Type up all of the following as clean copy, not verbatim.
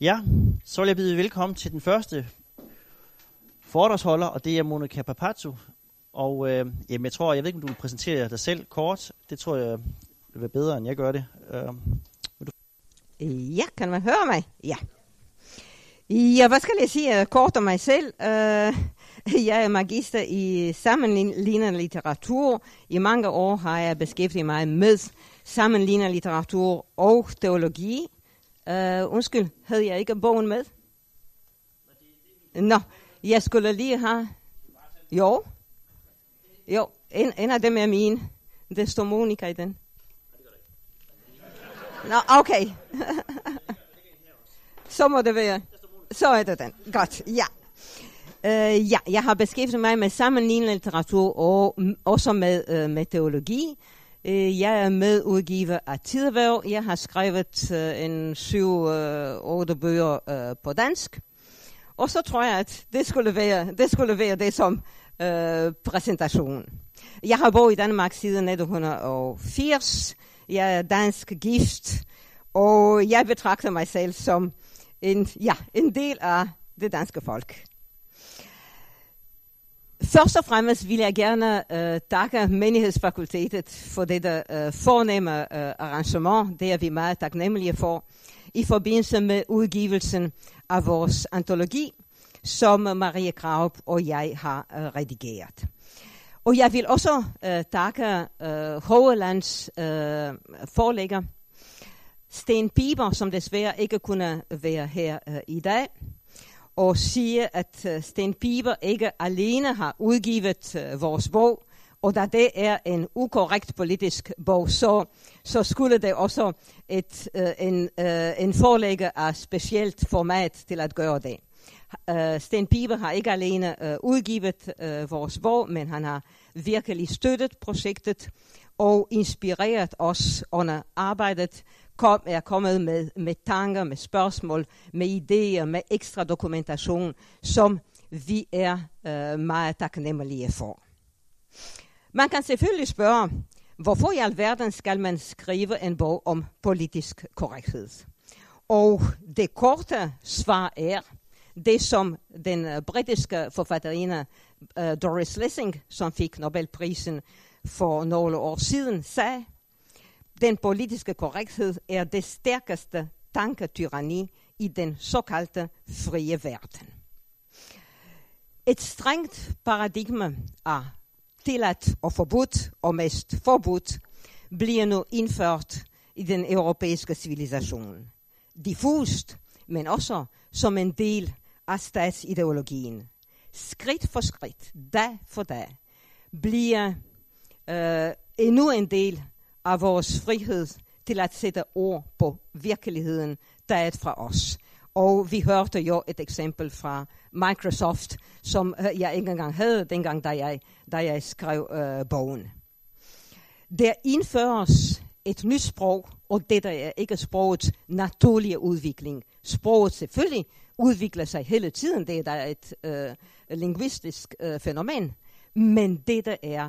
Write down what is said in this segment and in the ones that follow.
Ja, så vil jeg byde velkommen til den første foredragsholder, og det er Monica Papazzu. Og jeg ved ikke, om du vil præsentere dig selv kort. Det tror jeg vil være bedre, end jeg gør det. Ja, kan man høre mig? Ja. Ja, hvad skal jeg sige kort om mig selv? Jeg er magister i sammenlignende litteratur. I mange år har jeg beskæftiget mig med sammenlignende litteratur og teologi. Undskyld, havde jeg ikke bogen med? Nå, jeg skulle lige have... Jo, en af dem er min. Det står Monica i den. Nå, okay. Så må det være. Så er det den. Godt, ja. Jeg har beskæftiget mig med sammenlignende litteratur og også med teologi. Jeg er medudgiver af Tidehverv. Jeg har skrevet en 7-8 bøger på dansk. Og så tror jeg, at det skulle være det som præsentation. Jeg har boet i Danmark siden 1980. Jeg er dansk gift, og jeg betragter mig selv som en del af det danske folk. Først og fremmest vil jeg gerne takke Menighedsfakultetet for dette fornemme arrangement. Det er vi meget taknemmelige for, i forbindelse med udgivelsen af vores antologi, som Marie Krarup og jeg har redigeret. Og jeg vil også takke Hågelands forlægger, Sten Bieber, som desværre ikke kunne være her i dag, og sige, at Sten Bieber ikke alene har udgivet vores bog, og da det er en ukorrekt politisk bog, så skulle det også en forlægger af specielt format til at gøre det. Sten Bieber har ikke alene udgivet vores bog, men han har virkelig støttet projektet og inspireret os under arbejdet, er kommet med tanker, med spørgsmål, med idéer, med ekstra dokumentation, som vi er meget taknemmelige for. Man kan selvfølgelig spørge, hvorfor i alverden skal man skrive en bog om politisk korrekthed? Og det korte svar er, det som den britiske forfatterinde Doris Lessing, som fik Nobelprisen for nogle år siden, sagde, den politiske korrekthed er det stærkeste tanketyranni i den såkaldte frie verden. Et strengt paradigme af tilladt og forbudt, og mest forbudt, bliver nu indført i den europæiske civilisation. Diffust, men også som en del af statsideologien. Skridt for skridt, dag for dag, bliver endnu en del af vores frihed til at sætte ord på virkeligheden, daget fra os. Og vi hørte jo et eksempel fra Microsoft, som jeg ikke engang havde, dengang da jeg skrev bogen. Der indføres et nyt sprog, og det der er ikke sprogets naturlige udvikling. Sproget selvfølgelig udvikler sig hele tiden, det er et lingvistisk fænomen, men det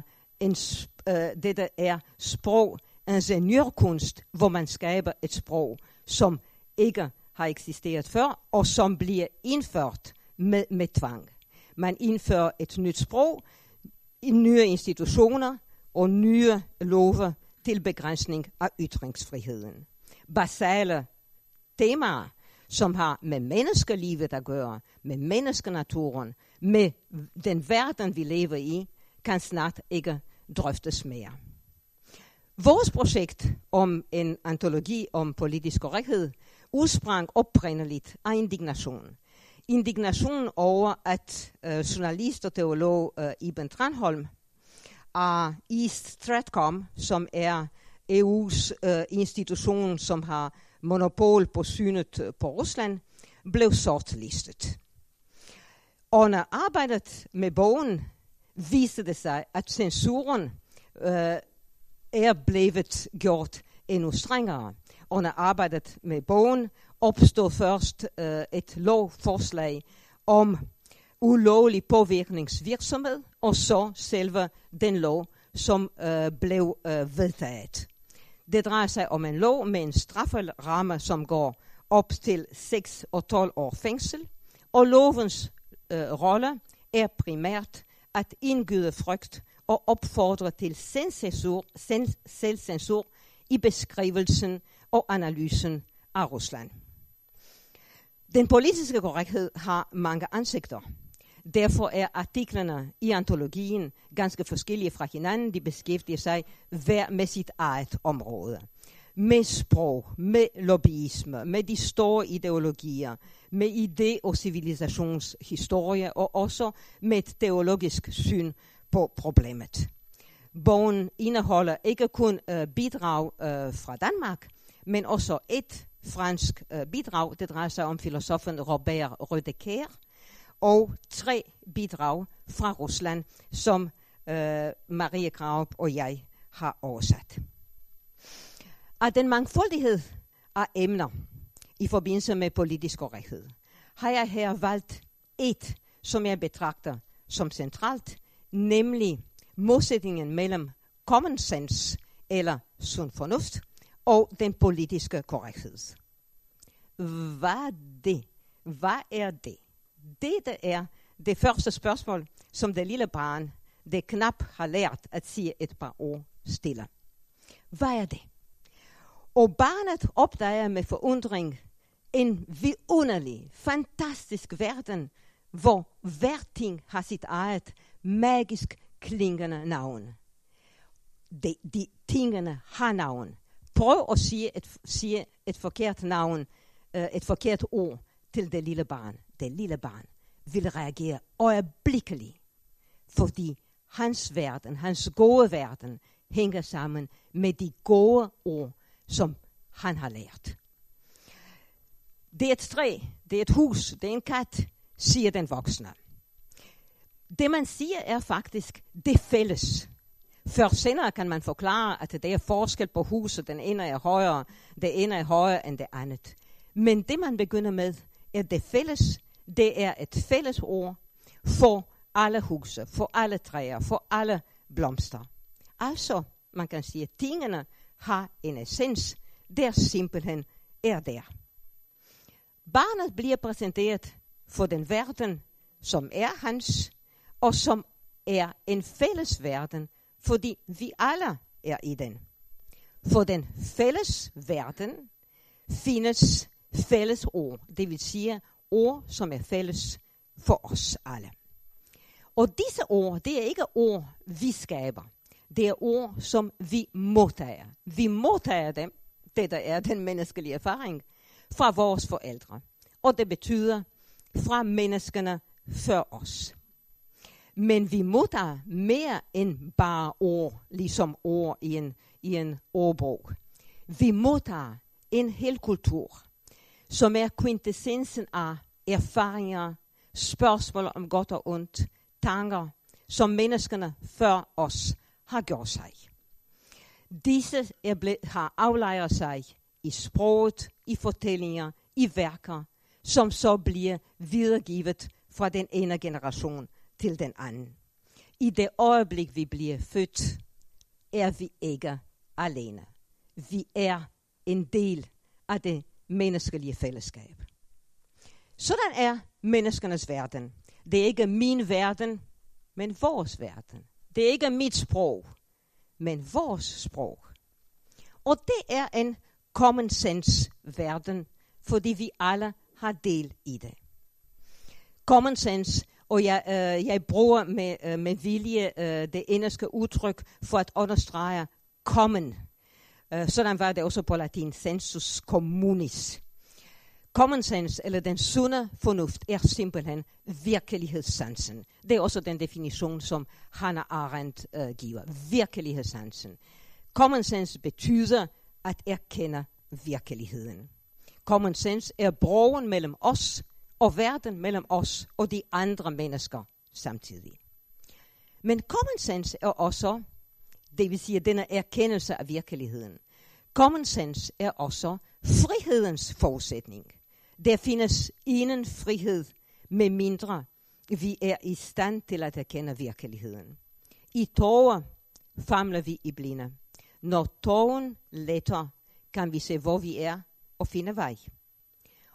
der er sprog, ingeniørkunst, hvor man skaber et sprog, som ikke har eksisteret før, og som bliver indført med tvang. Man indfører et nyt sprog, nye institutioner og nye love til begrænsning af ytringsfriheden. Basale temaer, som har med menneskelivet at gøre, med menneskenaturen, med den verden, vi lever i, kan snart ikke drøftes mere. Vores projekt om en antologi om politisk korrekthed udsprang oprindeligt af indignation. Indignation over, at journalist og teolog Iben Tranholm af East Stratcom, som er EU's institution, som har monopol på synet på Rusland, blev sortlistet. Under arbejdet med bogen viste det sig, at censuren er blevet gjort endnu strengere. Under arbejdet med bogen opstod først et lovforslag om ulovlig påvirkningsvirksomhed, og så selve den lov, som blev vedtaget. Det drejer sig om en lov med en strafferamme, som går op til 6 og 12 år fængsel, og lovens rolle er primært at indgyde frygt og opfordre til selvcensur i beskrivelsen og analysen af Rusland. Den politiske korrekthed har mange ansigter. Derfor er artiklerne i antologien ganske forskellige fra hinanden. De beskæftiger sig hver med sit eget område. Med sprog, med lobbyisme, med de store ideologier, med idé- og civilisationshistorie og også med et teologisk syn på problemet. Bogen indeholder ikke kun bidrag fra Danmark, men også et fransk bidrag. Det drejer sig om filosofen Robert Rödeker, og 3 bidrag fra Rusland, som Marie Krarup og jeg har oversat. Af den mangfoldighed af emner i forbindelse med politisk korrekthed, har jeg her valgt et, som jeg betragter som centralt, nemlig modsætningen mellem common sense eller sund fornuft og den politiske korrekthed. Hvad er det? Dette er det første spørgsmål, som det lille barn, det knap har lært at sige et par ord stille. Hvad er det? Og barnet opdager med forundring en vidunderlig, fantastisk verden, hvor hver ting har sit eget magisk klingende navn. De tingene har navn. Prøv at sige et forkert navn, et forkert ord til det lille barn. Det lille barn vil reagere øjeblikkeligt, fordi hans verden, hans gode verden, hænger sammen med de gode ord, som han har lært. Det er et træ, det er et hus, det er en kat, siger den voksne. Det man siger er faktisk det fælles. Først senere kan man forklare, at det er forskel på huset, den ene er højere, det ene er højere end det andet. Men det man begynder med, er det fælles. Det er et fælles ord for alle huse, for alle træer, for alle blomster. Altså, man kan sige, at tingene har en essens, der simpelthen er der. Barnet bliver præsenteret for den verden, som er hans, og som er en fælles verden, fordi vi alle er i den. For den fælles verden findes fælles ord, det vil sige ord, som er fælles for os alle. Og disse ord, det er ikke ord, vi skaber. Det er ord, som vi modtager. Vi modtager dem, det der er den menneskelige erfaring, fra vores forældre. Og det betyder fra menneskene før os. Men vi modtager mere end bare ord, ligesom ord i en ordbog. Vi modtager en hel kultur, som er kvintessensen af erfaringer, spørgsmål om godt og ondt, tanker, som menneskene før os har gjort sig. Disse har aflejret sig i sproget, i fortællinger, i værker, som så bliver videregivet fra den ene generation til den anden. I det øjeblik, vi bliver født, er vi ikke alene. Vi er en del af det menneskelige fællesskab. Sådan er menneskenes verden. Det er ikke min verden, men vores verden. Det er ikke mit sprog, men vores sprog. Og det er en common sense verden, fordi vi alle har del i det. Common sense, og jeg bruger med vilje det engelske udtryk for at understrege common. Sådan var det også på latin, sensus communis. Common sense, eller den sunde fornuft, er simpelthen virkelighedssansen. Det er også den definition, som Hannah Arendt giver. Virkelighedssansen. Common sense betyder at erkende virkeligheden. Common sense er broen mellem os og verden, mellem os og de andre mennesker samtidig. Men common sense er også, det vil sige denne erkendelse af virkeligheden. Common sense er også frihedens forudsætning. Der findes ingen frihed, med mindre vi er i stand til at erkende virkeligheden. I tåger famler vi i blinde. Når tågen letter, kan vi se, hvor vi er og finde vej.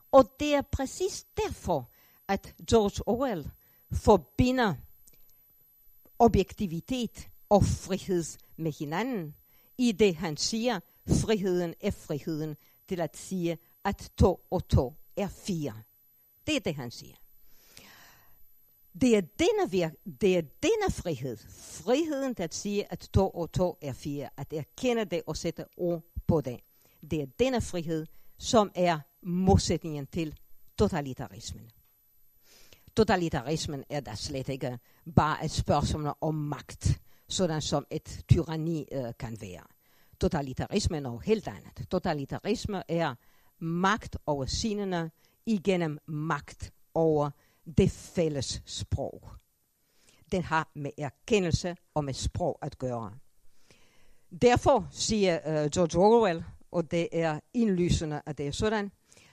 Og det er præcis derfor, at George Orwell forbinder objektivitet og frihed med hinanden, i det han siger, friheden er friheden til at sige, at 2 og 2 er 4. Det er det, han siger. Det er denne frihed, friheden til at sige, at 2 og 2 er 4, at erkende det og sætte ord på det. Det er denne frihed, som er modsætningen til totalitarismen. Totalitarismen er da slet ikke bare et spørgsmål om magt, sådan som et tyranni kan være. Totalitarismen er noget helt andet. Totalitarisme er magt over sindene igennem magt over det fælles sprog. Den har med erkendelse og med sprog at gøre. Derfor siger George Orwell, og det er indlysende, at det er sådan,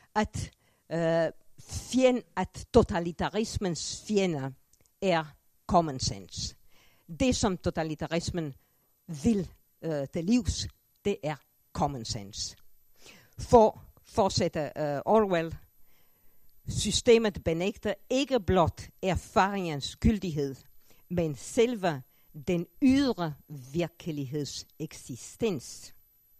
at totalitarismens fjender er common sense. Det, som totalitarismen vil til livs, det er common sense. For fortsætter Orwell, systemet benægter ikke blot erfaringens gyldighed, men selve den ydre virkeligheds eksistens.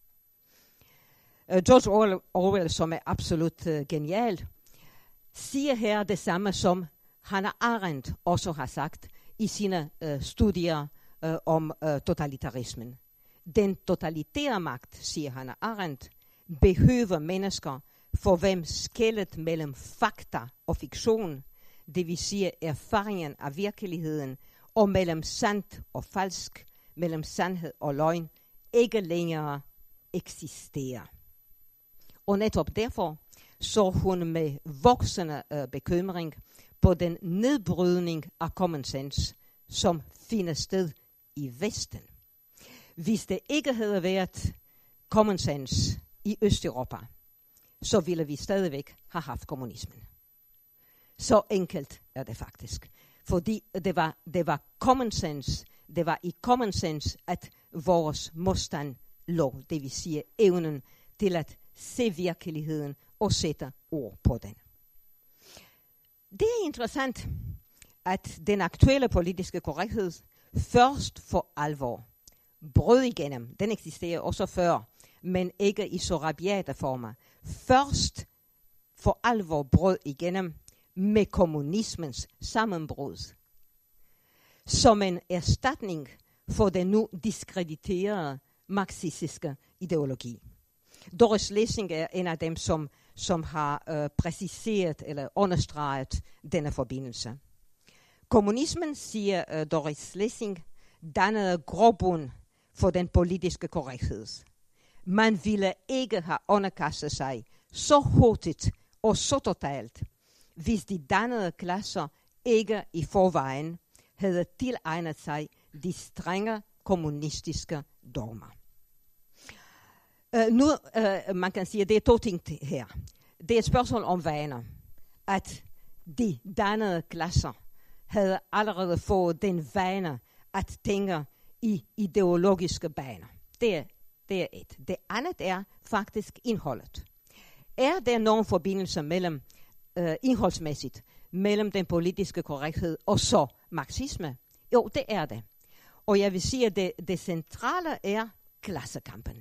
George Orwell, som er absolut genial, siger her det samme, som Hannah Arendt også har sagt i sine studier om totalitarismen. Den totalitære magt, siger Hannah Arendt, behøver mennesker, for hvem skellet mellem fakta og fiktion, det vil sige erfaringen af virkeligheden, og mellem sandt og falsk, mellem sandhed og løgn, ikke længere eksisterer. Og netop derfor så hun med voksende bekymring på den nedbrydning af common sense, som finder sted i Vesten. Hvis det ikke havde været common sense i Østeuropa, så ville vi stadigvæk have haft kommunismen. Så enkelt er det faktisk. Fordi det var common sense, det var i common sense, at vores modstand lå, det vil sige evnen til at se virkeligheden og sætte ord på den. Det er interessant, at den aktuelle politiske korrekthed først for alvor brød igennem. Den eksisterer også før, men ikke i så rabiate former. Først for alvor brød igennem med kommunismens sammenbrud. Som en erstatning for den nu diskrediterede marxistiske ideologi. Doris Lessing er en af dem, som har præciseret eller understreget denne forbindelse. Kommunismen, siger Doris Lessing, dannede grobund for den politiske korrekthed. Man ville ikke have underkastet sig så hurtigt og så totalt, hvis de dannede klasser ikke i forvejen havde tilegnet sig de strenge kommunistiske dogmer. Man kan sige, at det er 2 ting her. Det er et spørgsmål om vaner. At de dannede klasser havde allerede fået den vane at tænke i ideologiske baner. Det er et. Det andet er faktisk indholdet. Er der nogen forbindelse mellem indholdsmæssigt mellem den politiske korrekthed og så marxisme? Jo, det er det. Og jeg vil sige, at det centrale er klassekampen.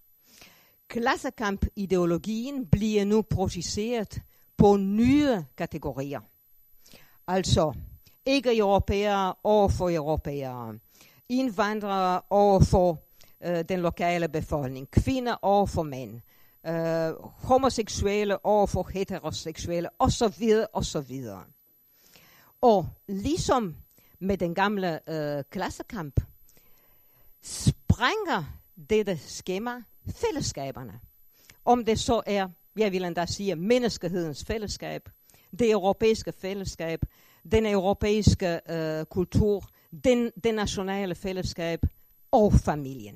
Klassekamp-ideologien bliver nu projiceret på nye kategorier. Altså ikke-europæere overfor europæere, indvandrere overfor den lokale befolkning, kvinder overfor mænd, homoseksuelle overfor heteroseksuelle osv. osv. Og ligesom med den gamle klassekamp, sprænger dette skema fællesskaberne. Om det så er, jeg vil endda sige, menneskehedens fællesskab, det europæiske fællesskab, den europæiske kultur, den nationale fællesskab og familien.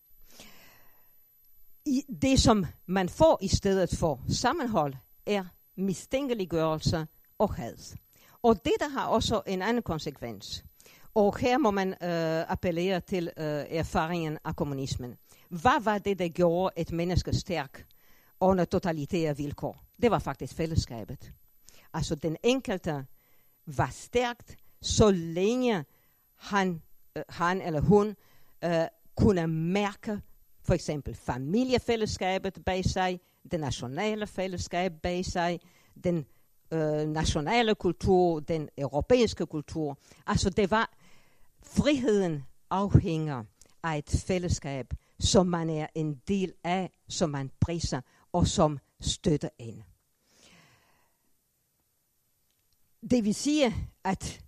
Det, som man får i stedet for sammenhold, er mistænkeliggørelse og had. Og det, der har også en anden konsekvens. Og her må man appellere til erfaringen af kommunismen. Hvad var det, der gjorde et menneske stærk under totalitære vilkår? det var faktisk fællesskabet. Altså den enkelte var stærkt, så længe han eller hun kunne mærke for eksempel familiefællesskabet bag sig, det nationale fællesskab bag sig, den nationale kultur, den europæiske kultur. Altså det var, friheden afhænger af et fællesskab, som man er en del af, som man priser og som støtter en. Det vil sige, at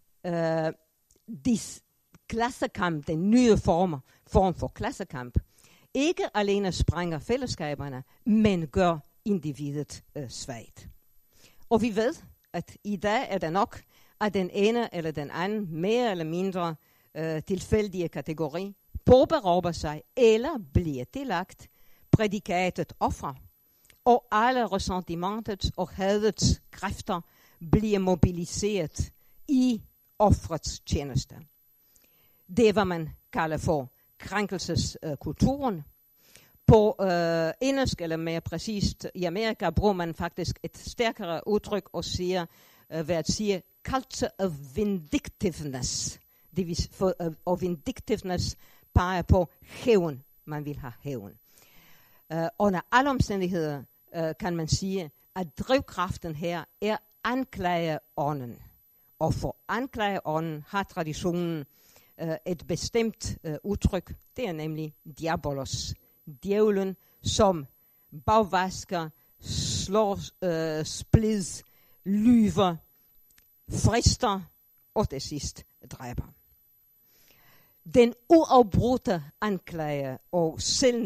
klassekamp, den nye form for klassekamp, ikke alene sprænger fællesskaberne, men gør individet svagt. Og vi ved, at i dag er det nok, at den ene eller den anden, mere eller mindre tilfældige kategori, påberåber sig eller bliver tillagt prædikatet offer, og alle ressentimentets og hadets kræfter bliver mobiliseret i offerets tjeneste. Det er, hvad man kalder for krænkelseskulturen. På engelsk, eller mere præcist i Amerika, bruger man faktisk et stærkere udtryk og siger, culture of vindictiveness. Og vindictiveness peger på hævn. Man vil have hævn. Under alle omstændigheder kan man sige, at drivkraften her er anklageånden. Og for anklageånden har traditionen et bestemt udtryk. Det er nemlig diabolos. Djævlen, som bagvasker, slår splids, lyver, frister og til sidst dræber. Den uafbrudte anklage og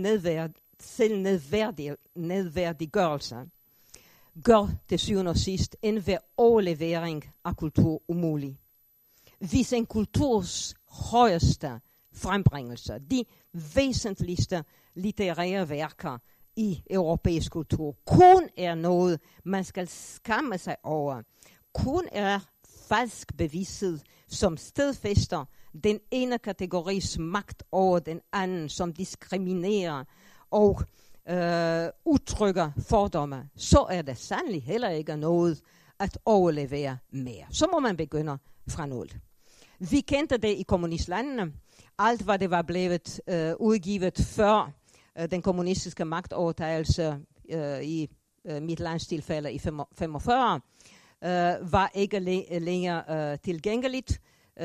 selvnedværdiggørelse gør til syvende og sidst enhver overlevering af kultur umulig. Hvis en kulturs højeste frembringelser, de væsentligste litterære værker i europæisk kultur, kun er noget, man skal skamme sig over, kun er falsk bevidsthed, som stedfæster den ene kategoris magt over den anden, som diskriminerer og udtrykker fordomme, så er det sandelig heller ikke noget at overlevere mere. Så må man begynde fra nul. Vi kendte det i kommunistlandene. Alt, hvad det var blevet udgivet før den kommunistiske magtovertagelse i mit lands tilfælde i 45, var ikke længere tilgængeligt.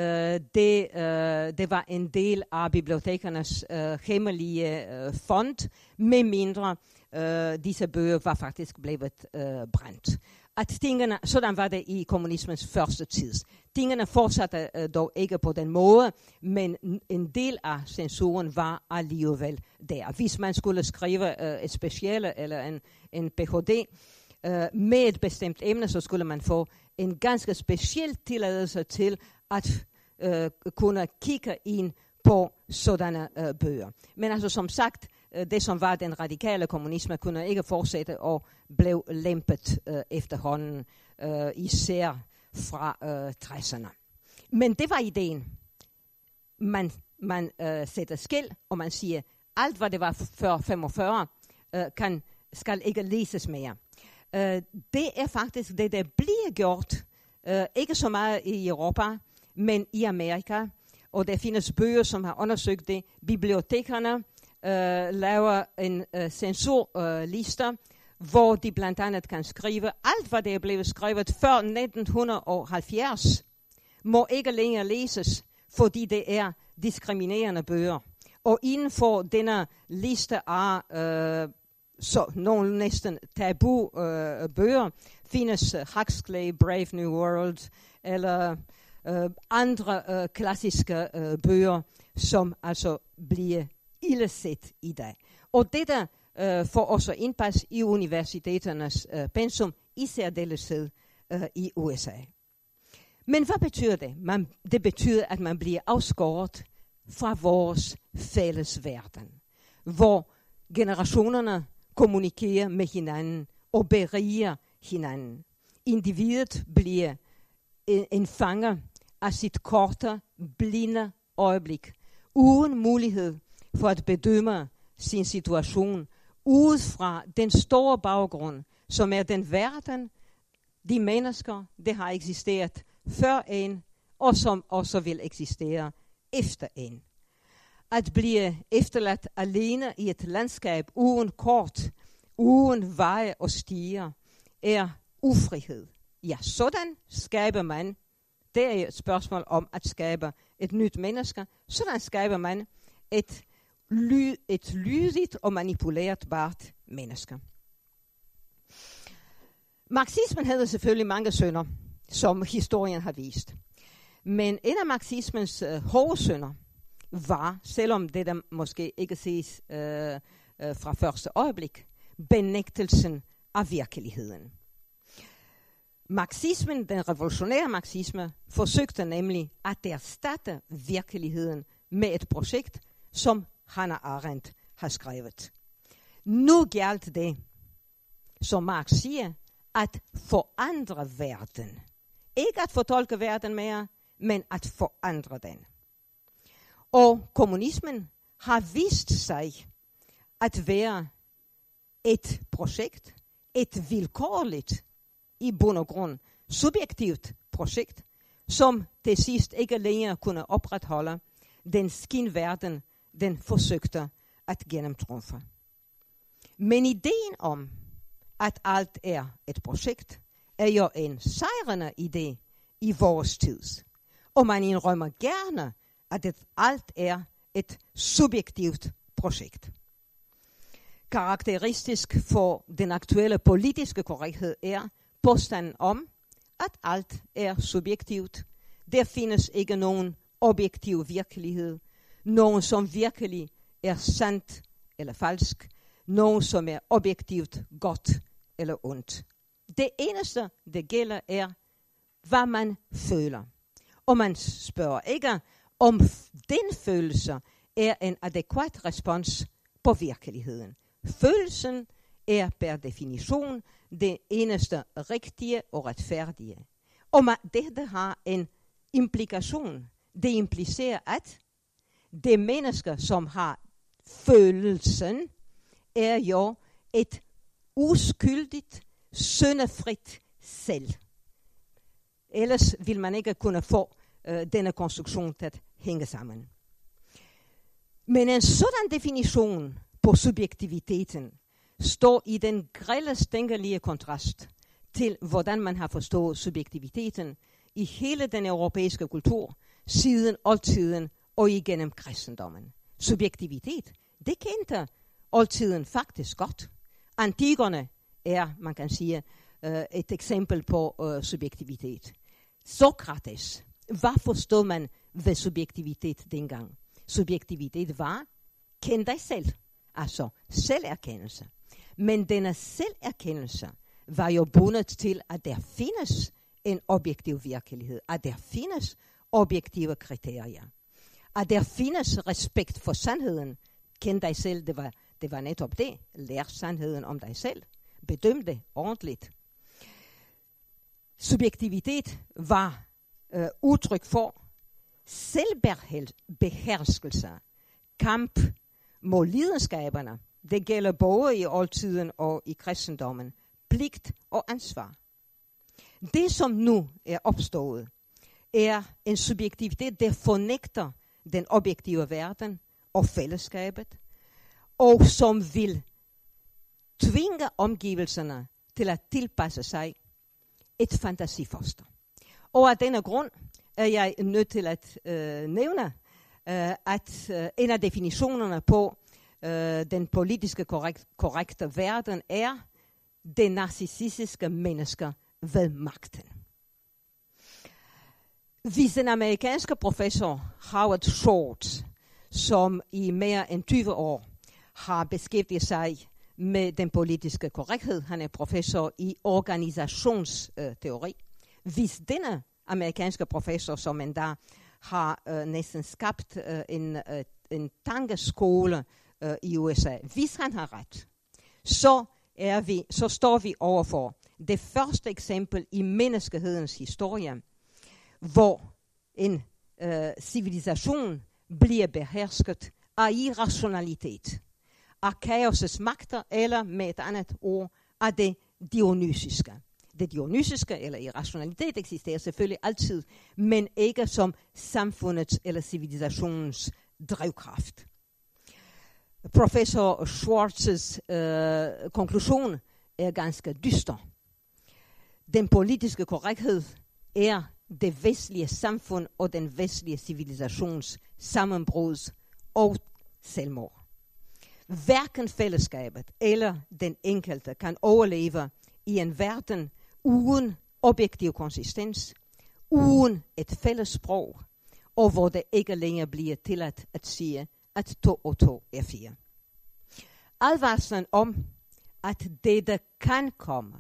Det var en del af bibliotekernes hemmelige fond, med mindre disse bøger var faktisk blevet brændt. At tingene, sådan var det i kommunismens første tid. Tingene fortsatte dog ikke på den måde, men en del af censuren var alligevel der. Hvis man skulle skrive et speciale eller en Ph.D. Med et bestemt emne, så skulle man få en ganske speciel tilladelse til at kunne kigge ind på sådanne bøger. Men altså som sagt, det som var den radikale kommunisme kunne ikke fortsætte og blev lempet efterhånden, især fra 60'erne. Men det var ideen. Man sætter skil, og man siger, alt hvad det var før 45, skal ikke læses mere. Det er faktisk det, der bliver gjort, ikke så meget i Europa, men i Amerika. Og der findes bøger, som har undersøgt det. Bibliotekerne laver en censurlister, hvor de blandt andet kan skrive, alt hvad der er blevet skrevet før 1970, må ikke længere læses, fordi det er diskriminerende bøger. Og inden for denne liste af så nogle næsten tabu bøger findes Huxley, Brave New World, eller andre klassiske bøger, som altså bliver ildeset i dag. Og dette får også indpas i universiteternes pensum, i særdeleshed i USA. Men hvad betyder det? Det betyder, at man bliver afskåret fra vores fælles verden, hvor generationerne kommunikerer med hinanden og beriger hinanden. Individet bliver en fanger af sit korte, blinde øjeblik, uden mulighed for at bedømme sin situation ud fra den store baggrund, som er den verden, de mennesker, der har eksisteret før en, og som også vil eksistere efter en. At blive efterladt alene i et landskab uden kort, uden veje og stier, er ufrihed. Ja, sådan skaber man. Det er et spørgsmål om at skabe et nyt menneske. Sådan skaber man et lydigt og manipulerbart menneske. Marxismen havde selvfølgelig mange synder, som historien har vist. Men en af marxismens hovedsynder var, selvom det der måske ikke ses fra første øjeblik, benægtelsen af virkeligheden. Marxismen, den revolutionære marxisme, forsøgte nemlig at erstatte virkeligheden med et projekt, som Hannah Arendt har skrevet. Nu gjaldt det, som Marx siger, at forandre verden. Ikke at fortolke verden mere, men at forandre den. Og kommunismen har vist sig at være et projekt, et vilkårligt, i bund og grund subjektivt projekt, som til sidst ikke længere kunne opretholde den skinverden, den forsøgte at gennemtrumfe. Men ideen om, at alt er et projekt, er jo en sejrende idé i vores tid. Og man indrømmer gerne, at alt er et subjektivt projekt. Karakteristisk for den aktuelle politiske korrekthed er påstanden om, at alt er subjektivt. Der findes ikke nogen objektiv virkelighed, nogen som virkelig er sandt eller falsk, nogen som er objektivt godt eller ondt. Det eneste, det gælder, er, hvad man føler. Og man spørger ikke, om den følelse er en adækvat respons på virkeligheden. Følelsen er per definition det eneste rigtige og retfærdige. Og dette har en implikation. Det implicerer, at det menneske, som har følelsen, er jo et uskyldigt, syndefrit selv. Ellers vil man ikke kunne få denne konstruktion til at hænge sammen. Men en sådan definition på subjektiviteten står i den grelle stænkelige kontrast til, hvordan man har forstået subjektiviteten i hele den europæiske kultur, siden oldtiden og igennem kristendommen. Subjektivitet, det kendte oldtiden faktisk godt. Antikerne er, man kan sige, et eksempel på subjektivitet. Sokrates, hvad forstod man ved subjektivitet dengang? Subjektivitet var, kend dig selv, altså selverkendelse. Men denne selverkendelse var jo bundet til, at der findes en objektiv virkelighed, at der findes objektive kriterier, at der findes respekt for sandheden. Kend dig selv, det var netop det. Lær sandheden om dig selv. Bedøm det ordentligt. Subjektivitet var udtryk for selvbeherskelse, kamp mod lidenskaberne. Det gælder både i oldtiden og i kristendommen. Pligt og ansvar. Det, som nu er opstået, er en subjektivitet, der fornægter den objektive verden og fællesskabet, og som vil tvinge omgivelserne til at tilpasse sig et fantasifoster. Og af denne grund er jeg nødt til at nævne, at en af definitionerne på den politiske korrekte verden er det narcissistiske menneske ved magten. Hvis den amerikanske professor Howard Schultz, som i mere end 20 år har beskæftiget sig med den politiske korrekthed, han er professor i organisationsteori. Hvis denne amerikanske professor, som endda har næsten skabt en tankeskole i USA, hvis han har ret, så står vi overfor det første eksempel i menneskehedens historie, hvor en civilisation bliver behersket af irrationalitet, af kaosets magter, eller med et andet ord, af det dionysiske. Det dionysiske eller irrationalitet eksisterer selvfølgelig altid, men ikke som samfundets eller civilisationens drivkraft. Professor Schwartz's konklusion er ganske dyster. Den politiske korrekthed er det vestlige samfund og den vestlige civilisations sammenbrud og selvmord. Hverken fællesskabet eller den enkelte kan overleve i en verden uden objektiv konsistens, uden et fælles sprog, og hvor det ikke længere bliver tilladt at sige, at 2 og 2 er 4. Advarslen om, at dette kan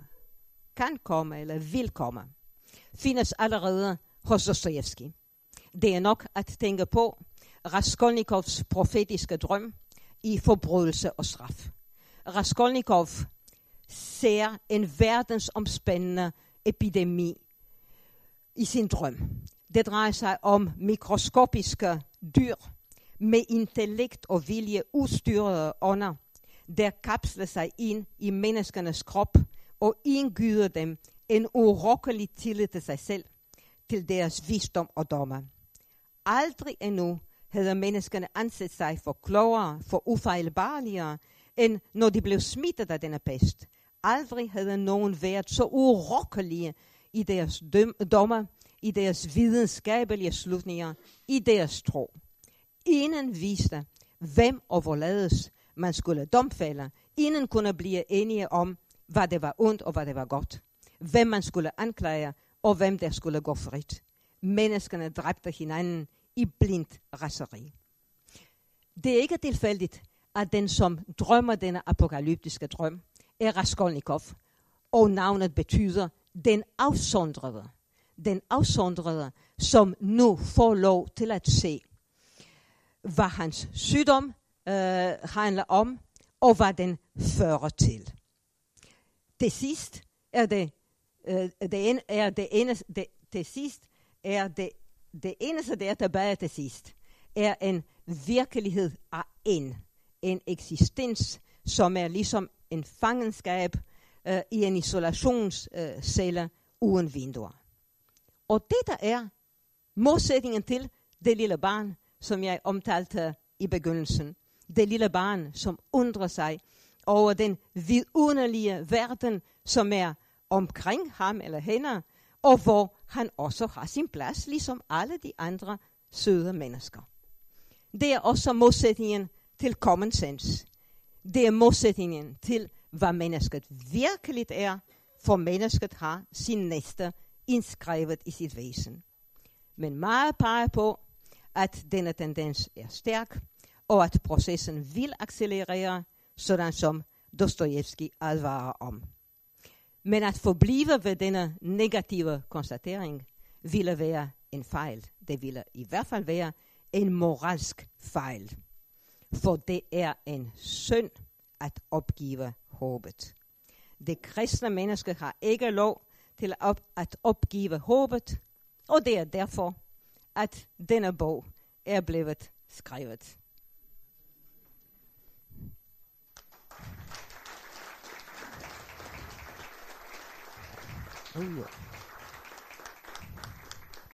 komme eller vil komme, findes allerede hos Dostojevskij. Det er nok at tænke på Raskolnikovs profetiske drøm i Forbrydelse og straf. Raskolnikov ser en verdensomspændende epidemi i sin drøm. Det drejer sig om mikroskopiske dyr med intellekt og vilje udstyrede ånder, der kapsler sig ind i menneskernes krop og indgyder dem en urokkelig tillid til sig selv, til deres visdom og domme. Aldrig endnu havde menneskerne anset sig for klogere, for ufejlbarligere, end når de blev smittet af denne pest. Aldrig havde nogen været så urokkelige i deres domme, i deres videnskabelige slutninger, i deres tro. Ingen vidste, hvem og hvorledes man skulle domfælde. Ingen kunne blive enige om, hvad det var ondt og hvad det var godt. Hvem man skulle anklage, og hvem der skulle gå frit. Menneskerne dræbte hinanden i blindt raseri. Det er ikke tilfældigt, at den, som drømmer denne apokalyptiske drøm, er Raskolnikov, og navnet betyder den afsondrede. Den afsondrede, som nu får lov til at se, hvad hans sygdom handler om, og hvad den fører til. Til sidst er det eneste, der er tilbage til sidst, er en virkelighed af en eksistens, som er ligesom en fangenskab i en isolationscelle uden vinduer. Og dette er modsætningen til det lille barn, som jeg omtalte i begyndelsen. Det lille barn, som undrer sig over den vidunderlige verden, som er omkring ham eller hende, og hvor han også har sin plads, ligesom alle de andre søde mennesker. Det er også modsætningen til common sense. Det er modsætningen til, hvad mennesket virkelig er, for mennesket har sin næste indskrevet i sit væsen. Men meget peger på, at denne tendens er stærk, og at processen vil accelerere, sådan som Dostojevskij advarer om. Men at forblive ved denne negative konstatering ville være en fejl. Det ville i hvert fald være en moralsk fejl. For det er en synd at opgive håbet. Det kristne menneske har ikke lov til at opgive håbet, og det er derfor, at denne bog er blevet skrevet. Oh, yeah.